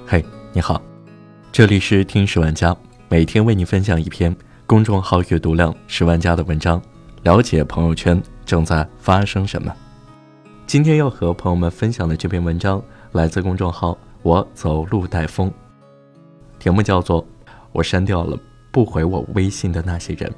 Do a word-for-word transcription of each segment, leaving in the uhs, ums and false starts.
嘿，你好，这里是听十万加，每天为你分享一篇公众号阅读量十万加的文章，了解朋友圈正在发生什么。今天要和朋友们分享的这篇文章来自公众号我走路带风，题目叫做我删掉了不回我微信的那些人。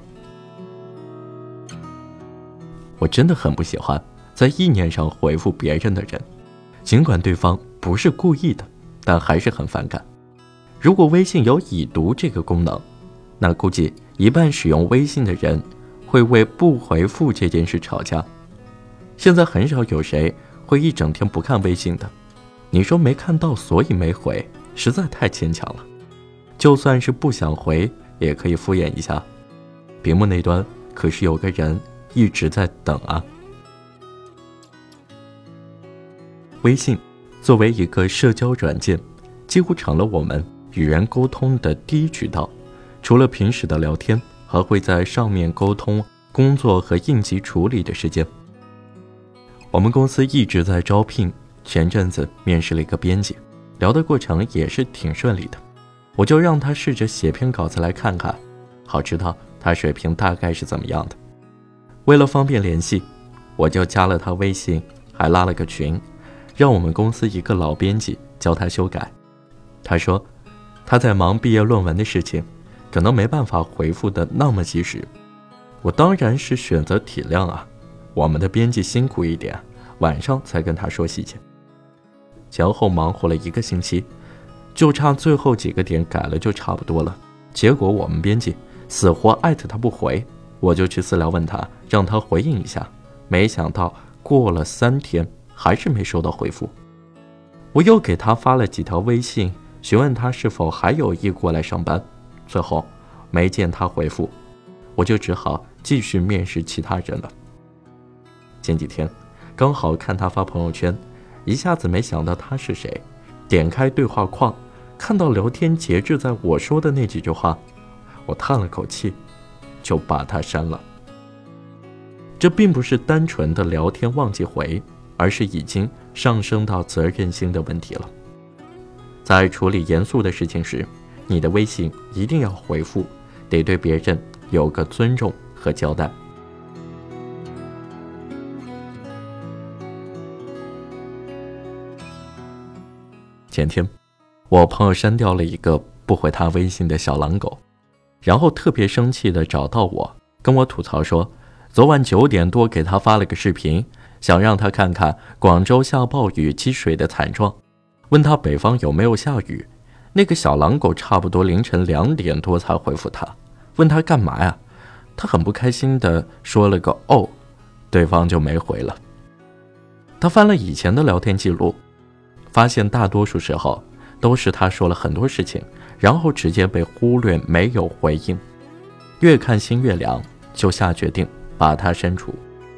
我真的很不喜欢在意念上回复别人的人，尽管对方不是故意的，但还是很反感。如果微信有已读这个功能，那估计一半使用微信的人会为不回复这件事吵架。现在很少有谁会一整天不看微信的，你说没看到所以没回，实在太牵强了。就算是不想回，也可以敷衍一下，屏幕那端可是有个人一直在等啊。微信作为一个社交软件，几乎成了我们与人沟通的第一渠道。除了平时的聊天，还会在上面沟通工作和应急处理的事件。我们公司一直在招聘，前阵子面试了一个编辑，聊的过程也是挺顺利的。我就让他试着写篇稿子来看看，好知道他水平大概是怎么样的。为了方便联系，我就加了他微信，还拉了个群，让我们公司一个老编辑教他修改。他说他在忙毕业论文的事情，可能没办法回复的那么及时。我当然是选择体谅啊，我们的编辑辛苦一点，晚上才跟他说细节。前后忙活了一个星期，就差最后几个点改了就差不多了。结果我们编辑死活艾特他不回，我就去私聊问他，让他回应一下。没想到过了三天还是没收到回复。我又给他发了几条微信，询问他是否还有意过来上班，最后没见他回复，我就只好继续面试其他人了。前几天刚好看他发朋友圈，一下子没想到他是谁，点开对话框，看到聊天截止在我说的那几句话，我叹了口气，就把他删了。这并不是单纯的聊天忘记回，而是已经上升到责任心的问题了。在处理严肃的事情时，你的微信一定要回复，得对别人有个尊重和交代。前天我朋友删掉了一个不回他微信的小狼狗，然后特别生气地找到我，跟我吐槽说昨晚九点多给他发了个视频，想让他看看广州下暴雨积水的惨状，问他北方有没有下雨。那个小狼狗差不多凌晨两点多才回复他，问他干嘛呀？他很不开心地说了个哦，对方就没回了。他翻了以前的聊天记录，发现大多数时候都是他说了很多事情，然后直接被忽略，没有回应。越看心越凉，就下决定把他删除。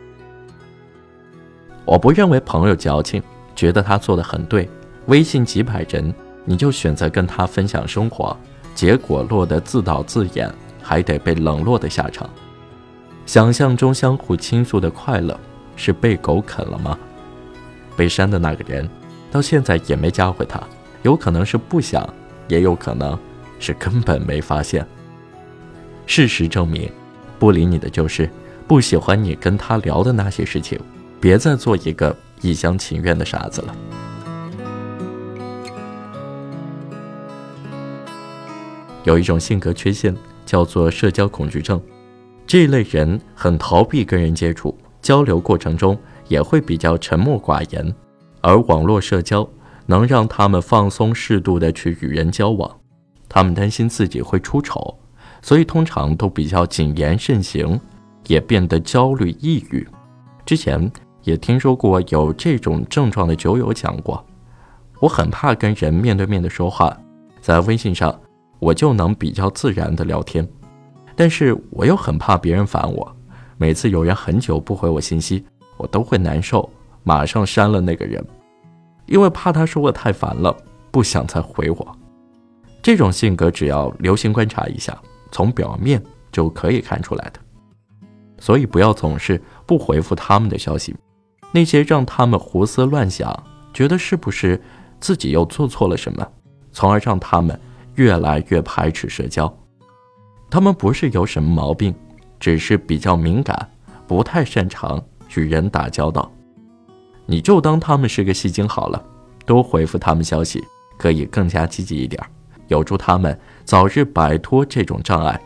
我不认为朋友矫情，觉得他做得很对。微信几百人，你就选择跟他分享生活，结果落得自导自演，还得被冷落的下场。想象中相互倾诉的快乐，是被狗啃了吗？被删的那个人到现在也没加回他，有可能是不想，也有可能是根本没发现。事实证明，不理你的就是不喜欢你跟他聊的那些事情，别再做一个一厢情愿的傻子了。有一种性格缺陷叫做社交恐惧症，这一类人很逃避跟人接触，交流过程中也会比较沉默寡言，而网络社交能让他们放松适度的去与人交往。他们担心自己会出丑，所以通常都比较谨言慎行，也变得焦虑抑郁。之前也听说过有这种症状的酒友讲过，我很怕跟人面对面的说话，在微信上我就能比较自然的聊天，但是我又很怕别人烦我，每次有人很久不回我信息，我都会难受，马上删了那个人，因为怕他说我太烦了，不想再回我。这种性格只要留心观察一下，从表面就可以看出来的。所以不要总是不回复他们的消息，那些让他们胡思乱想，觉得是不是自己又做错了什么， 从而让他们越来越排斥社交。他们不是有什么毛病，只是比较敏感，不太擅长与人打交道。你就当他们是个戏精好了，多回复他们消息，可以更加积极一点，有助他们早日摆脱这种障碍。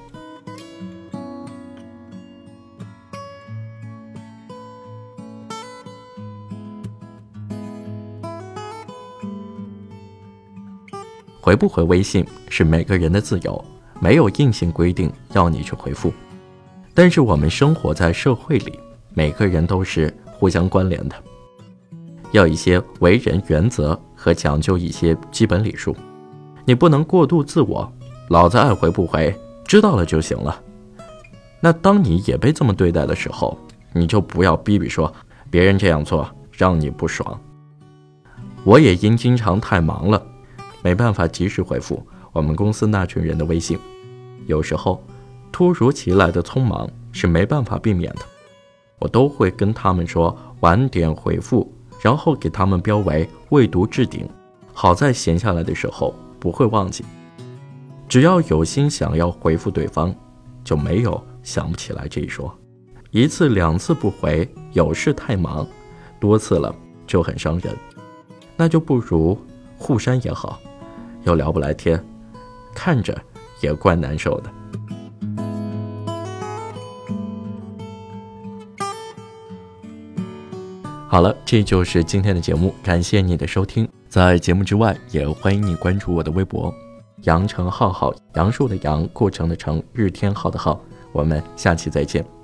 回不回微信是每个人的自由，没有硬性规定要你去回复。但是我们生活在社会里，每个人都是互相关联的，要一些为人原则和讲究一些基本礼数。你不能过度自我，老子爱回不回，知道了就行了。那当你也被这么对待的时候，你就不要逼逼说别人这样做让你不爽。我也因经常太忙了，没办法及时回复我们公司那群人的微信，有时候突如其来的匆忙是没办法避免的，我都会跟他们说晚点回复，然后给他们标为未读置顶，好在闲下来的时候不会忘记。只要有心想要回复对方，就没有想不起来这一说。一次两次不回，有事太忙，多次了就很伤人，那就不如互删也好，又聊不来天，看着也怪难受的。好了，这就是今天的节目，感谢你的收听。在节目之外，也欢迎你关注我的微博杨成浩浩，杨树的杨，过程的程，日天浩的浩。我们下期再见。